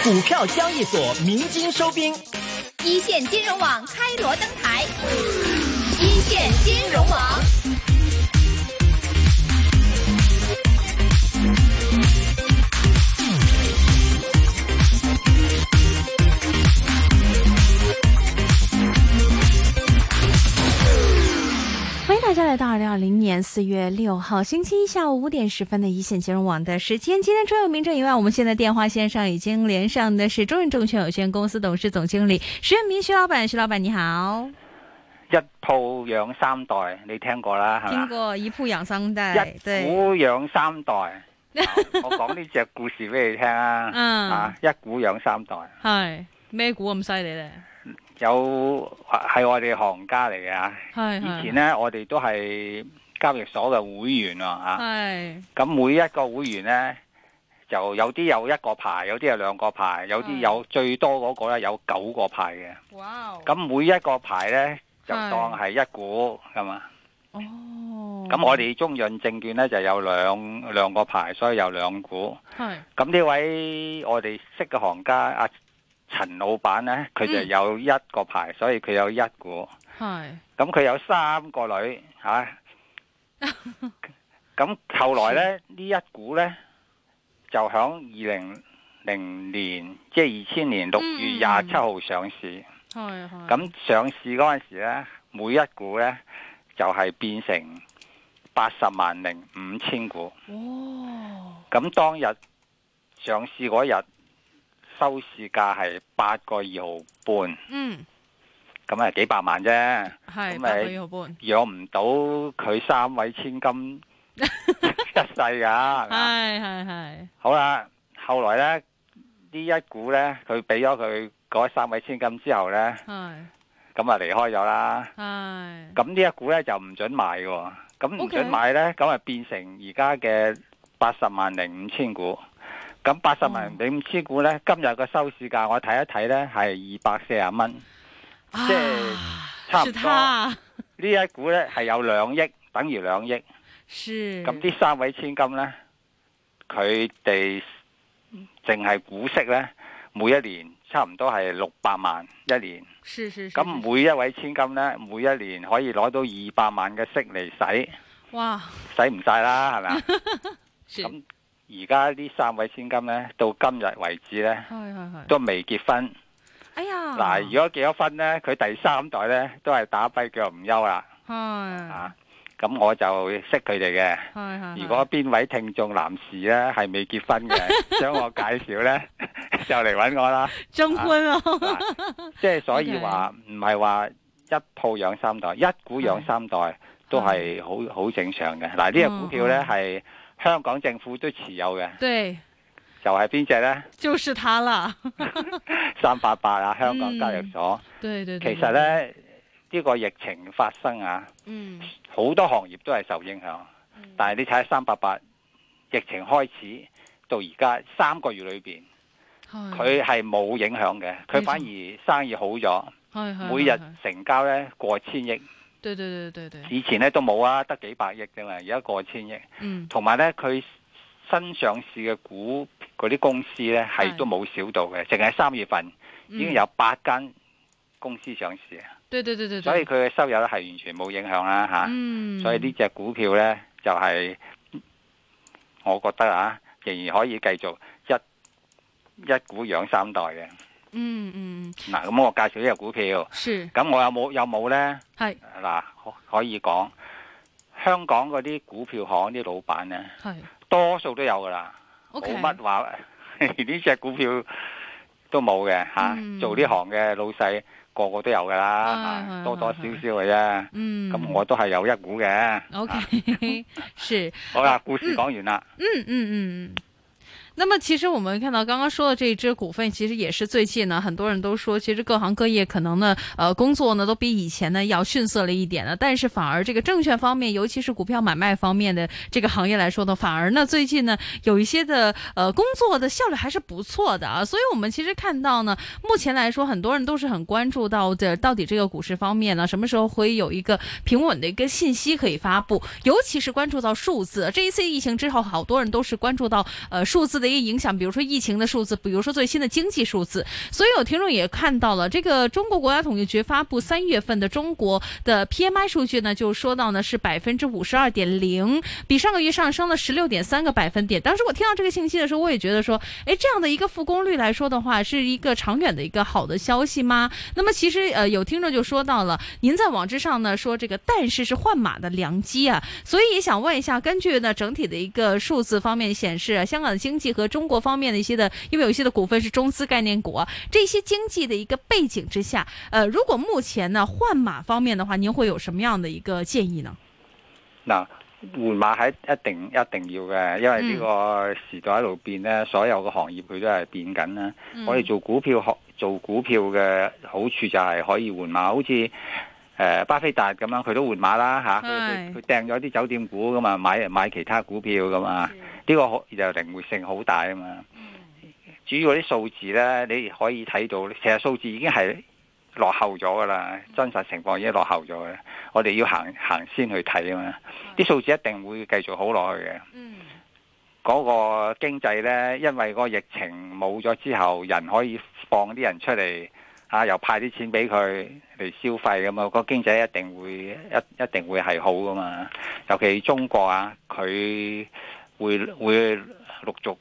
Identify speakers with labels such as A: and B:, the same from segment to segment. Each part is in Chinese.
A: 股票交易所鸣金收兵，
B: 一线金融网开锣登台，一线金融网。
C: 欢迎大家来到2020年4月6号星期一下午5点10分的一线金融网的时间。今天除了名正以外，我们现在电话线上已经连上的是中信证券有限公司董事总经理徐润民徐老板。徐老板你好。
D: 一鋪養三代，你聽過啦，係嘛？
C: 聽過一鋪養三代，
D: 一股養三代。我講呢隻故事俾你聽啊！一股養三代。
C: 係咩股咁犀利咧？
D: 有係我哋行家嚟嘅，以前呢，我哋都係交易所嘅會員啊，咁每一個會員呢，就有啲有一個牌，有啲有兩個牌，有啲有最多嗰個呢有9個牌嘅。哇！咁每一個牌呢，就當係一股㗎嘛。哦。咁我哋中潤證券呢，就有兩個牌，所以有2股。係。咁呢位我哋識嘅行家陳老闆呢，佢就有1個牌，所以佢有1股。係。咁佢有3個女吓。咁後來呢，呢1股呢，就響2000年，即係2000年6月27號上市。係。咁上市嗰陣時呢，每1股呢，就係變成80.5萬股。哦。咁當日上市嗰日，收市價係8個2毫半，咁係幾百萬啫，咁咪養唔到佢3位千金一世噶，係。好啦，後來咧呢1股咧，佢俾咗佢嗰3位千金之後咧，咁啊離開咗啦，咁呢1股咧就唔准賣嘅，咁唔准買咧，咁啊變成而家嘅80.5萬股。咁80.5萬股呢，今日個收市價我睇一睇呢係240蚊，即係差唔多。呢1股呢係有2億，等於2億。咁呢3位千金呢，佢哋淨係股息呢，每一年差唔多係600萬一年。咁每一位千金呢，每一年可以攞到200萬嘅息嚟使。哇！使唔晒啦，係咪啊？咁而家呢3位千金呢，到今日為止呢，都未結婚。哎呀！嗱，如果結咗婚呢，佢第3代呢，都係打跛腳唔休啦。咁我就識佢哋嘅。如果邊位聽眾男士呢，係未結婚嘅，想我介紹呢，就嚟揾我啦。徵婚咯。即係所以話唔係話一鋪養三代，一股養三代都係好正常嘅。嗱，呢個股票呢係香港政府都持有嘅，對，就係邊隻呢？就是它啦，388啊，香港交易所。對。其實呢，呢個疫情發生啊，好多行業都係受影響。但係你睇下388，疫情開始到而家3個月裏邊，佢係冇影響嘅，佢反而生意好咗，每日成交呢過千億。對，以前咧都冇啊，得幾百億啫嘛，而家過千億。同埋咧，佢新上市嘅股嗰啲公司咧係都冇少到嘅，淨係3月份已經有8間公司上市啊。對，所以佢嘅收入咧係完全冇影響啦吓。所以呢隻股票咧就係、我覺得啊，仍然可以繼續一股養3代嘅。嗱，咁我介紹呢個股票，咁我有冇呢？係嗱，可以講香港嗰啲股票行啲老闆呢，多數都有噶啦，冇乜話呢隻股票都冇嘅吓。做呢行嘅老細個個都有噶啦，多多少少嘅啫。咁我都係有1股嘅。OK， 是好啦，故事講完啦。
C: 那麼其實我們看到剛剛說的這一支股份，其實也是最近呢，很多人都說，其實各行各業可能呢，工作呢都比以前呢要遜色了一點呢。但是反而這個證券方面，尤其是股票買賣方面的這個行業來說呢，反而呢最近呢有一些的工作的效率還是不錯的啊。所以我們其實看到呢，目前來說，很多人都是很關注到的，到底這個股市方面呢，什麼時候會有一個平穩的一個信息可以發布，尤其是關注到數字。這一次疫情之後，好多人都是關注到數字的的一個影響，比如說疫情的數字，比如說最新的經濟數字。所以有聽眾也看到了，這個中國國家統計局發布3月份的中國的 PMI 數據呢，就說到呢是52.0%，比上個月上升了16.3個百分點。當時我聽到這個信息的時候，我也覺得說，誒，這樣的一個復工率來說的話，是一個長遠的一個好的消息嗎？那麼其實有聽眾就說到了，您在網誌上呢說這個但是換馬的良機啊，所以也想問一下，根據呢整體的一個數字方面顯示，香港的經濟和中國方面的一些的，因為有一些的股份是中資概念股啊，這些經濟的一個背景之下，如果目前呢換馬方面的話，您會有什麼樣的一個建議呢？
D: 嗱，換馬係一定要嘅，因為呢個時代喺度變咧，所有嘅行業佢都係變緊啦。我哋做股票嘅好處就係可以換馬，好似巴菲特咁樣，佢都換馬啦嚇，佢掟咗啲酒店股噶嘛，買其他股票噶嘛，呢個就靈活性好大啊嘛。至於嗰啲數字咧，你可以睇到，其實數字已經係落後咗噶啦，真實情況已經落後咗嘅。我哋要行先去睇啊嘛，啲數字一定會繼續好落去嘅。嗰個經濟咧，因為個疫情冇咗之後，人可以放啲人出嚟。又派啲錢俾佢嚟消費咁啊，個經濟一定會係好噶嘛。尤其中國啊，佢會陸續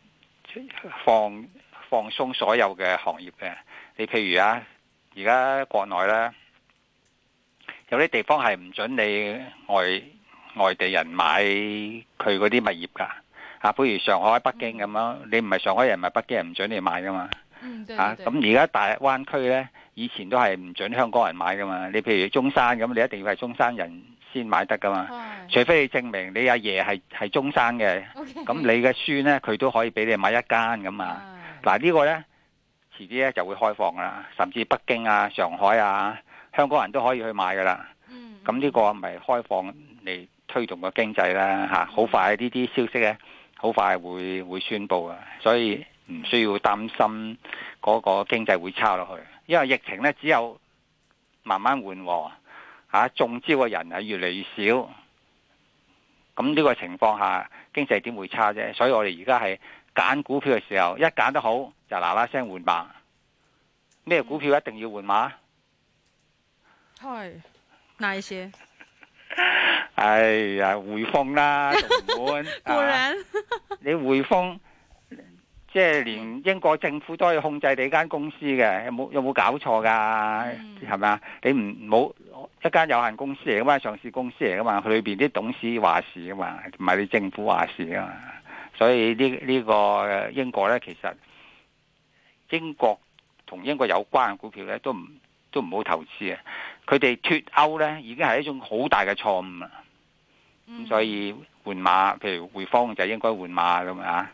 D: 放鬆所有嘅行業嘅。你譬如啊，而家國內咧有啲地方係唔准你外地人買佢嗰啲物業噶。譬如上海、北京咁樣，你唔係上海人，唔係北京人，唔准你買噶嘛。咁而家大灣區呢，以前都係唔准香港人買噶嘛。你譬如中山咁，你一定要係中山人先買得噶嘛。除非你證明你阿爺係中山嘅，咁你嘅孫呢，佢都可以俾你買一間咁啊。嗱，呢個呢，遲啲呢就會開放啦，甚至北京啊、上海啊，香港人都可以去買噶啦。咁呢個咪開放嚟推動個經濟啦嚇。好快呢啲消息呢，好快會宣佈啊，所以唔需要擔心嗰個經濟會差落去，因為疫情咧只有慢慢緩和，中招嘅人係越嚟越少，咁呢個情況下經濟點會差啫？所以我哋而家係揀股票嘅時候，一揀得好就嗱嗱聲換馬。咩股票一定要換馬？
C: 係哪一些？
D: 哎呀，匯豐啦，仲唔換？
C: 果然，
D: 你匯豐。即係連英國政府都可以控制你間公司嘅，有冇搞錯噶？係咪啊？你唔冇一間有限公司嚟噶嘛，上市公司嚟噶嘛，佢裏邊啲董事話事噶嘛，唔係你政府話事噶嘛。所以呢個英國呢，其實英國同英國有關嘅股票呢，都唔好投資啊。佢哋脫歐呢，已經係一種好大嘅錯誤啦。咁所以換馬，譬如匯豐就應該換馬咁啊。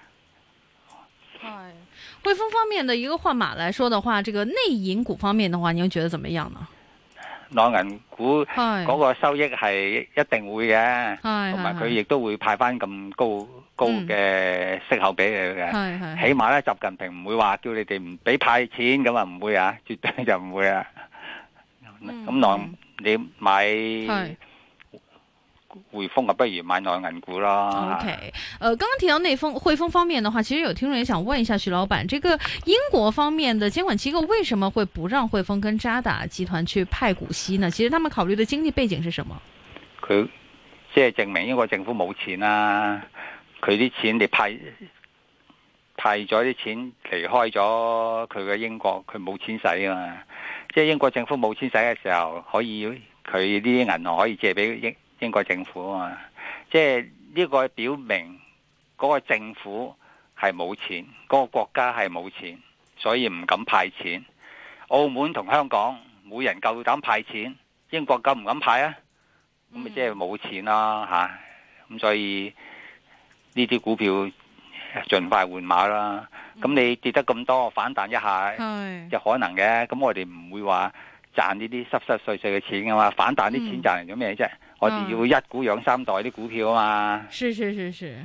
C: 匯豐方面的一個換馬來說的話，這個內銀股方面的話，您覺得怎麼樣呢？
D: 內銀股嗰個收益係一定會嘅，同埋佢亦都會派翻咁高嘅息口俾你嘅。起碼咧，習近平唔會話叫你哋唔俾派錢咁啊，唔會啊，絕對就唔會啊。咁你買匯豐啊，不如買內銀股啦。
C: OK，剛剛提到匯豐方面的話，其實有聽眾也想問一下徐老闆，這個英國方面的監管機構為什麼會不讓匯豐跟渣打集團去派股息呢？其實他們考慮的經濟背景是什麼？
D: 佢即係證明英國政府冇錢啦，佢啲錢你派咗啲錢離開咗佢嘅英國，佢冇錢使啊嘛。即係英國政府冇錢使嘅時候，可以佢啲銀行可以借俾英國政府啊嘛，即係呢個表明嗰個政府係冇錢，嗰個國家係冇錢，所以唔敢派錢。澳門同香港每人夠膽派錢，英國敢唔敢派啊？咁咪即係冇錢啦吓，咁所以呢啲股票盡快換馬啦。咁你跌得咁多，反彈一下就可能嘅。咁我哋唔會話賺呢啲濕濕碎碎嘅錢噶嘛，反彈啲錢賺嚟做咩啫？我哋要一股養三代啲股票啊嘛。
C: 是。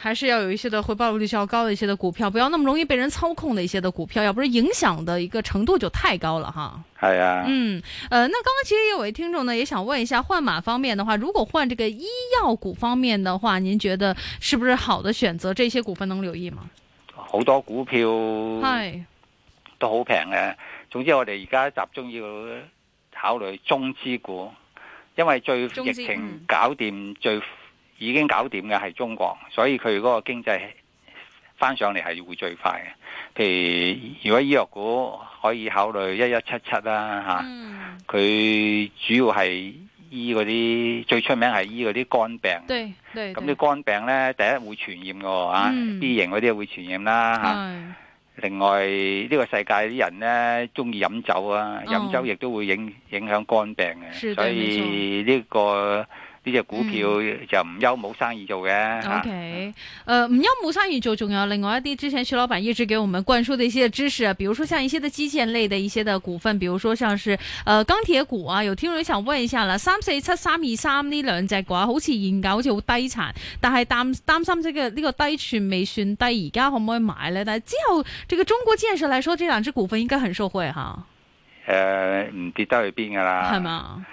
C: 還是要有一些的回報率較高的一些的股票，不要那麼容易被人操控的一些的股票，要不然影響的一個程度就太高了哈。
D: 係啊，
C: 那剛剛其實有位聽眾呢，也想問一下換馬方面的話，如果換這個醫藥股方面的話，您覺得是不是好的選擇？這些股份能留意嗎？
D: 好多股票都好平嘅，總之我哋而家集中要考慮中資股，因為最疫情搞掂已經搞掂嘅係中國，所以佢嗰個經濟翻上嚟係會最快嘅。譬如如果醫藥股可以考慮1177啦嚇，佢主要係醫嗰啲最出名係醫嗰啲肝病，咁啲肝病呢，第一會傳染嘅嚇，B 型嗰啲會傳染啦嚇。另外呢個世界啲人呢，中意飲酒啊，飲酒亦都會影響肝病嘅，所以呢隻股票就唔憂冇生意做嘅。
C: OK，唔憂冇生意做，仲有另外一啲之前徐老闆一直給我們灌輸的一些知識啊，比如說像一些的基建類的一些的股份，比如說像是鋼鐵股啊，有聽眾想問一下啦，347、323呢兩隻嘅話，好似現價好似好低殘，但係擔心呢個低處未算低，而家可唔可以買呢？但係之後這個中國建設來說，這兩隻股份應該很受惠哈。
D: 唔跌得去邊噶啦，
C: 係嘛？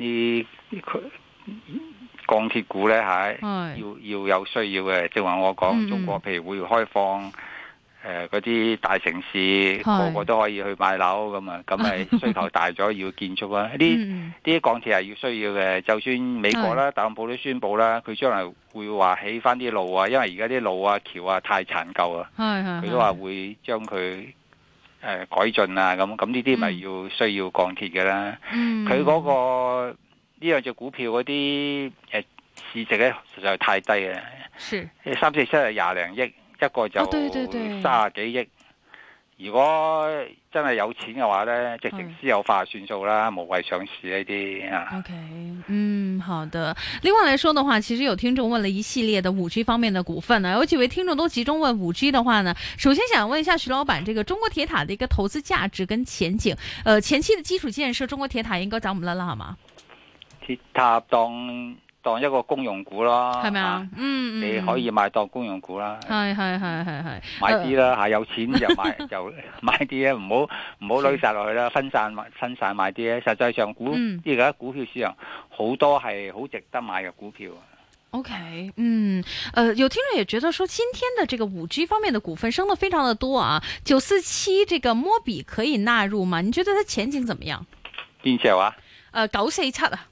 D: 鋼鐵股呢，要有需要嘅，正話我講中國譬如會開放嗰啲大城市個個都可以去買樓咁啊，咁咪需求大咗要建築啊，啲鋼鐵係要需要嘅。就算美國啦，特朗普都宣布啦，佢將來會話起翻啲路啊，因為而家啲路啊橋啊太殘舊啊，佢都話會將佢改進啊，咁呢啲咪要需要鋼鐵嘅啦。佢嗰個呢兩隻股票嗰啲市值咧實在太低啊！347係20零億，一個就30幾億。如果真係有錢嘅話咧，直情私有化算數啦，無謂上市呢啲啊。
C: OK，好的。另外來說的話，其實有聽眾問了一系列的5G方面的股份呢，有幾位聽眾都集中問5G 的話呢，首先想問一下徐老闆，這個中國鐵塔的一個投資價值跟前景，前期的基礎建設，中國鐵塔應該走唔甩啦，係嘛？
D: 鐵塔當一個公用股咯，係咪啊？你可以買當公用股啦，係買啲啦，有錢就買就買啲啊，唔好累晒落去啦，分散買啲咧。實際上而家股票市場好多係好值得買嘅股票。
C: OK，有聽眾也覺得說，今天的這個5G 方面的股份升得非常的多啊，947這個摩比可以納入嗎？你覺得它前景怎麼樣？
D: 邊隻話
C: ？947啊。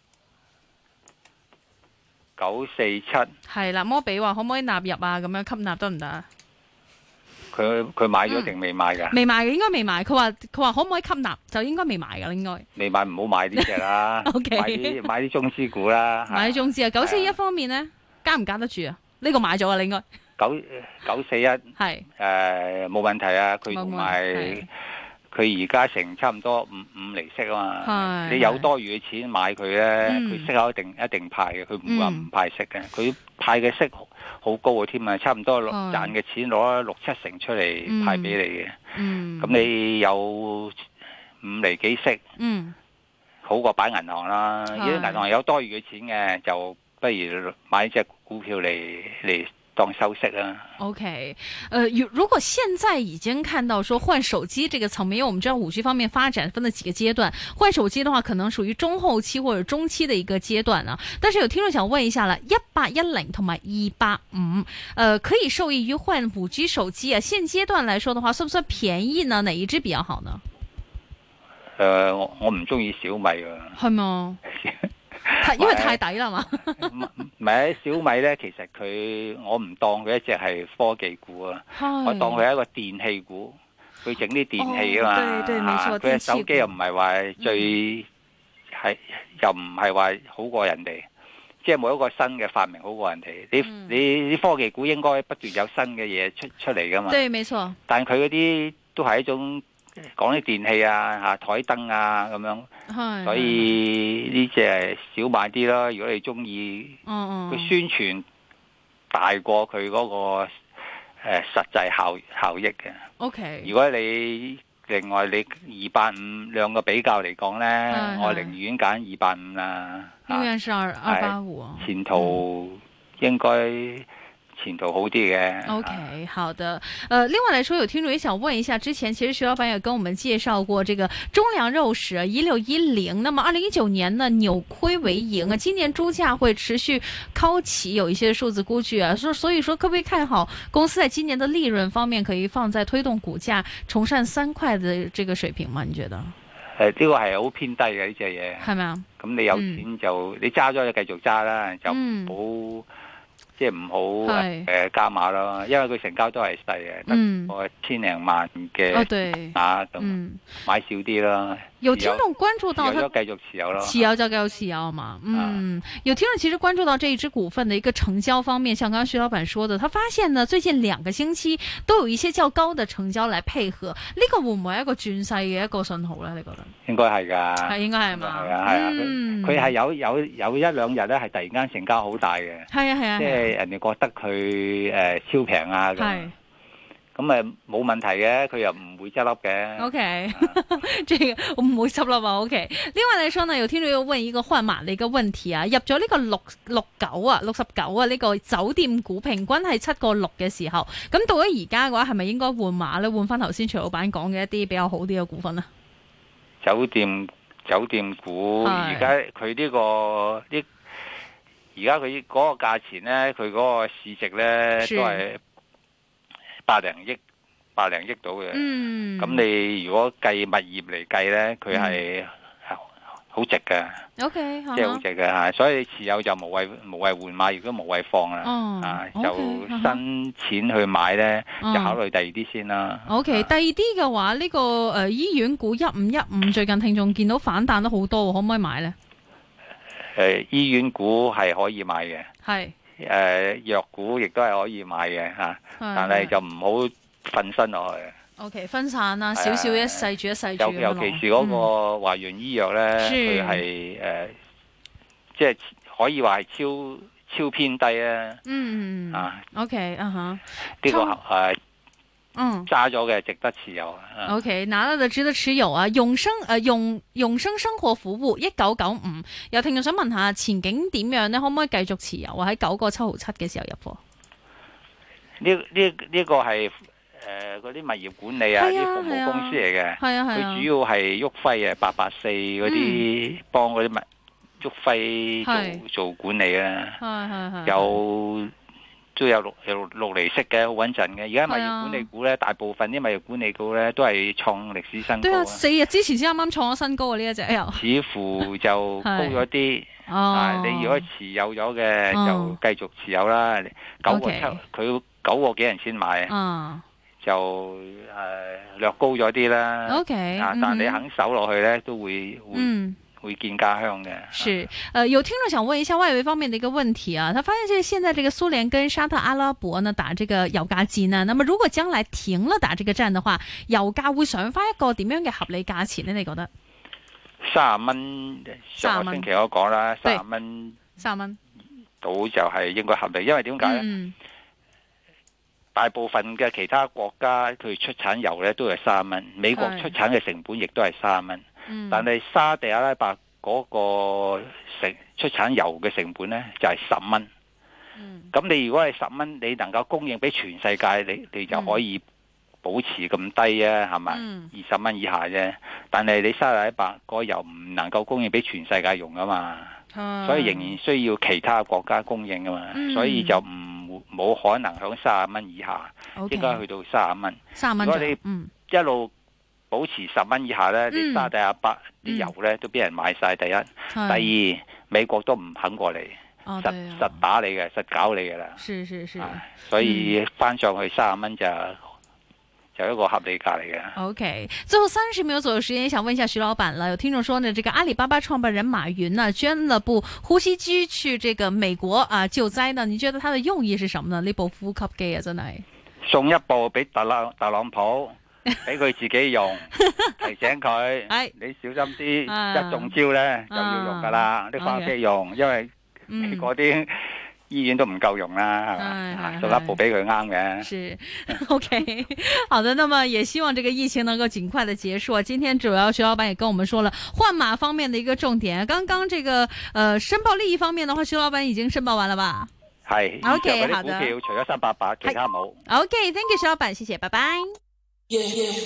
D: 947
C: 係啦，摩比話可唔可以納入啊？咁樣吸納得唔得啊？
D: 佢買咗定未買噶？
C: 未買嘅，應該未買。佢話可唔可以吸納，就應該未買噶，應該。未
D: 買唔好買呢隻啦。
C: OK，
D: 買啲中資股啦。
C: 買啲中資啊，941方面呢，加唔加得住啊？呢個買咗啊，你應該。
D: 941係冇問題啊，佢同埋。佢而家成差唔多五厘息啊嘛，你有多餘嘅錢買佢咧，佢息口一定派嘅，佢唔會話唔派息嘅，佢派嘅息好高嘅添啊，差唔多賺嘅錢攞6-7成出嚟派俾你嘅，咁你有5厘幾息，好過擺銀行啦。如果銀行有多餘嘅錢嘅，就不如買隻股票嚟當收息啦。
C: OK，如果現在已經看到說換手機這個層面，因為我們知道5G方面發展分了幾個階段，換手機的話可能屬於中後期或者中期的一個階段啊。但是有聽眾想問一下啦，1810同埋285，可以受益於換5G 手機啊？現階段來說的話，算不算便宜呢？哪一支比較好呢？
D: 我唔中意小米啊。係嗎？
C: 因為太抵啦嘛，
D: 唔係小米呢，其實我唔當佢一隻係科技股啊，我當佢係一個電器股，佢整啲電器啊嘛，佢嘅手機又唔係話又唔係話好過人哋，即係冇一個新嘅發明好過人哋。你啲科技股應該不斷有新嘅嘢出嚟噶嘛，對，沒錯。但係佢嗰啲都係一種講啲電器啊、台燈啊咁樣，所以呢隻係少買啲啦。如果你中意，佢宣傳大過佢嗰個實際效益嘅。OK，如果你另外你285兩個比較嚟講咧，我寧願揀285啦。永遠是285，前途應該前途好啲嘅。
C: OK， 好的。另外來說，有聽眾也想問一下，之前其實徐老闆也跟我們介紹過這個中糧肉食1610，那麼2019年呢扭虧為盈啊，今年豬價會持續高企，有一些數字估計啊，所以說可不可以看好公司在今年的利潤方面可以放在推動股價重上3塊的這個水平嗎？你覺得？
D: 呢個係好偏低嘅呢隻嘢，係咪啊？咁你有錢就你揸咗就繼續揸啦，就唔好。即係唔好加碼咯，因為佢成交都係細嘅，得個千零萬嘅咁買少啲啦。
C: 有聽眾關注到，
D: 有繼續持有咯，
C: 持有就繼續持有嘛。有聽眾其實關注到這一支股份的一個成交方面，像剛剛徐老闆說的，他發現呢最近2個星期都有一些較高的成交來配合，呢個會唔會係一個轉勢嘅一個信號咧？你覺得？應該係㗎，係應該係嘛？係啊，佢係有一兩日咧係突然間成交好大嘅，係啊，即係人哋覺得佢超平啊咁。咁冇問題嘅，佢又唔會執笠嘅。OK，這個唔會執笠啊。OK，另外來說呢，有聽眾要問一個換碼嘅一個問題啊，入咗呢個69啊呢個酒店股平均係7.6嘅時候，咁到咗而家嘅話，係咪應該換碼咧？換翻頭先徐老闆講嘅一啲比較好啲嘅股份啊？酒店股而家佢呢個而家佢嗰個價錢咧，佢嗰個市值咧都係百零億到嘅。咁你如果計物業嚟計咧，佢係好值嘅。OK， 即係好值嘅嚇，所以持有就無謂換碼，亦都無謂放啦。就新錢去買咧，就考慮第二啲先啦。OK， 第二啲嘅話，呢個醫院股1515最近聽眾見到反彈得好多，可唔可以買咧？醫院股係可以買嘅，係藥股亦都係可以買嘅嚇，但係就唔好瞓身落去。OK， 分散啦，少少一世住一世住。尤其是嗰個華潤醫藥咧，佢係即係可以話係超偏低啊。OK， 呢個揸咗嘅值得持有。OK， 拿到就值得持有啊！永生生活服務1995，有聽眾想問下前景點樣呢？可唔可以繼續持有啊？喺9個7毫7嘅時候入貨。呢個係嗰啲物業管理啊，啲服務公司嚟嘅。佢主要係旭輝884嗰啲幫嗰啲旭輝做管理啊。都有六厘息嘅，好穩陣嘅。而家物業管理股咧，大部分啲物業管理股咧都係創歷史新高。對啊，4日之前先啱啱創咗新高啊！呢一隻似乎就高咗啲。你如果持有咗嘅就繼續持有啦。9個7，佢9個幾人先買，就略高咗啲啦。OK，但係你肯守落去咧，都會見家鄉嘅。是，有聽眾想問一下外圍方面的一個問題啊，他發現現在這個蘇聯跟沙特阿拉伯呢打這個油價戰呢，那麼如果將來停了打這個戰的話，油價會上翻一個點樣嘅合理價錢呢？你覺得？30蚊，上個星期我講啦，30蚊到就係應該合理，因為點解呢？大部分嘅其他國家佢出產油呢都係30蚊，美國出產嘅成本亦都係30蚊。但係沙地阿拉伯嗰個出產油嘅成本呢，就係10蚊。咁你如果係10蚊，你能夠供應俾全世界，你就可以保持咁低啊，係咪？20蚊以下啫。但係你沙地阿拉伯個油唔能夠供應俾全世界用啊嘛，所以仍然需要其他國家供應啊嘛，所以就冇可能響30蚊以下，應該去到30蚊。如果你一路保持10蚊以下呢，你沙地阿拉伯啲油呢都俾人買晒。第一，第二，美國都唔肯過嚟，實打你嘅，實搞你嘅啦。所以翻上去30蚊就一個合理價嚟嘅。OK， 最後30秒左右時間，想問一下徐老闆啦。有聽眾說呢，這個阿里巴巴創辦人馬雲呢捐了部呼吸機去這個美國啊救災呢？你覺得他的用意是什麼呢？呢部呼吸機啊，真係送一部俾特朗普。俾佢自己用，提醒佢，你小心啲，一中招咧就要用噶啦，啲翻屋企用，因為嗰啲醫院都唔夠用啦，係嘛，送一部俾佢啱嘅。是 ，OK， 好的，那麼也希望這個疫情能夠盡快的結束。今天主要徐老闆也跟我們說了換碼方面的一個重點。剛剛這個申報利益方面的話，徐老闆已經申報完了吧？
D: 係。
C: OK， 好的。
D: 股票除咗388，其他冇。
C: OK，thank you， 徐老闆，謝謝，拜拜。